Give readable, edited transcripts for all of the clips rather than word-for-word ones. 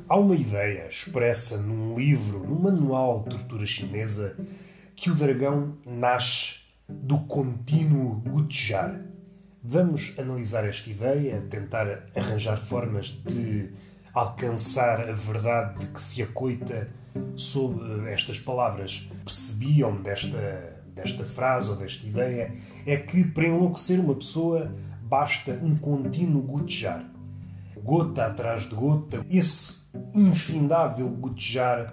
Há uma ideia expressa num livro, num manual de tortura chinesa, que o dragão nasce do contínuo gotejar. Vamos analisar esta ideia, tentar arranjar formas de alcançar a verdade de que se acoita sob estas palavras. Percebiam desta frase ou desta ideia é que para enlouquecer uma pessoa basta um contínuo gotejar. Gota atrás de gota, esse infindável gotejar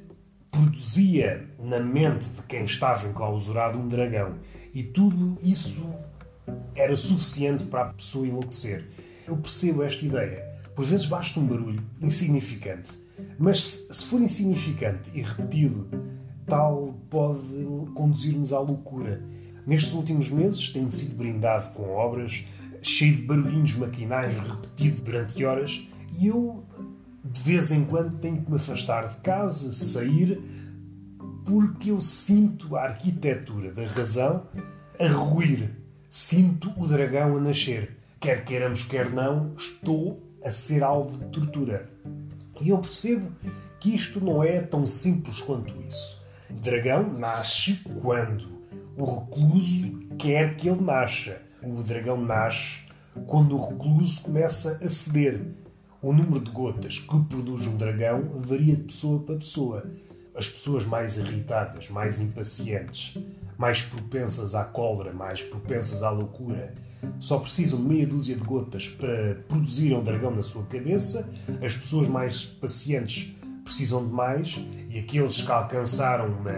produzia na mente de quem estava enclausurado um dragão. E tudo isso era suficiente para a pessoa enlouquecer. Eu percebo esta ideia. Por vezes basta um barulho insignificante. Mas se for insignificante e repetido, tal pode conduzir-nos à loucura. Nestes últimos meses tenho sido brindado com obras cheio de barulhinhos maquinais repetidos durante horas e eu de vez em quando tenho que me afastar de casa, sair, porque eu sinto a arquitetura da razão a ruir. Sinto o dragão a nascer. Quer queiramos, quer não, estou a ser alvo de tortura. E eu percebo que isto não é tão simples quanto isso. O dragão nasce quando o recluso quer que ele nasça. O dragão nasce quando o recluso começa a ceder. O número de gotas que produz um dragão varia de pessoa para pessoa. As pessoas mais irritadas, mais impacientes, mais propensas à cólera, mais propensas à loucura, só precisam de meia dúzia de gotas para produzir um dragão na sua cabeça. As pessoas mais pacientes precisam de mais e aqueles que alcançaram uma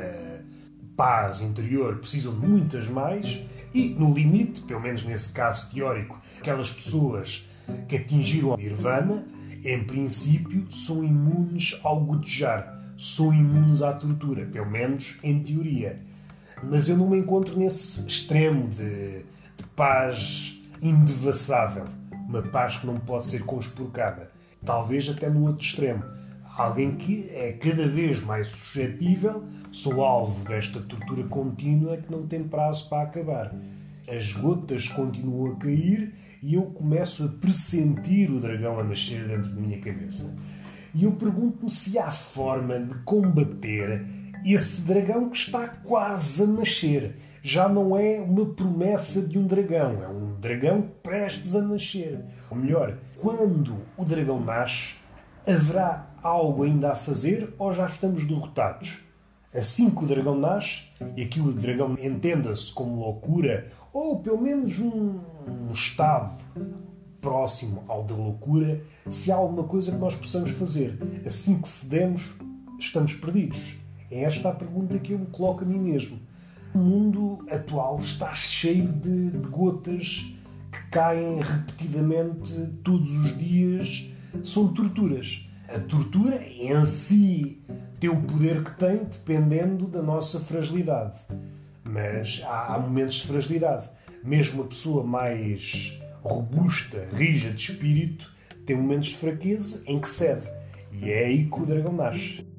paz interior precisam de muitas mais. E, no limite, pelo menos nesse caso teórico, aquelas pessoas que atingiram a nirvana, em princípio, são imunes ao gotejar, são imunes à tortura, pelo menos em teoria. Mas eu não me encontro nesse extremo de paz indevassável, uma paz que não pode ser conspurcada. Talvez até no outro extremo. Alguém que é cada vez mais suscetível, sou alvo desta tortura contínua que não tem prazo para acabar. As gotas continuam a cair e eu começo a pressentir o dragão a nascer dentro da minha cabeça. E eu pergunto-me se há forma de combater esse dragão que está quase a nascer. Já não é uma promessa de um dragão, é um dragão prestes a nascer. Ou melhor, quando o dragão nasce, haverá algo ainda a fazer ou já estamos derrotados? Assim que o dragão nasce, e aqui o dragão entenda-se como loucura, ou pelo menos um estado próximo ao da loucura, se há alguma coisa que nós possamos fazer. Assim que cedemos, estamos perdidos. É esta a pergunta que eu me coloco a mim mesmo. O mundo atual está cheio de gotas que caem repetidamente todos os dias. São torturas. A tortura em si tem o poder que tem dependendo da nossa fragilidade. Mas há momentos de fragilidade. Mesmo a pessoa mais robusta, rija de espírito, tem momentos de fraqueza em que cede. E é aí que o dragão nasce.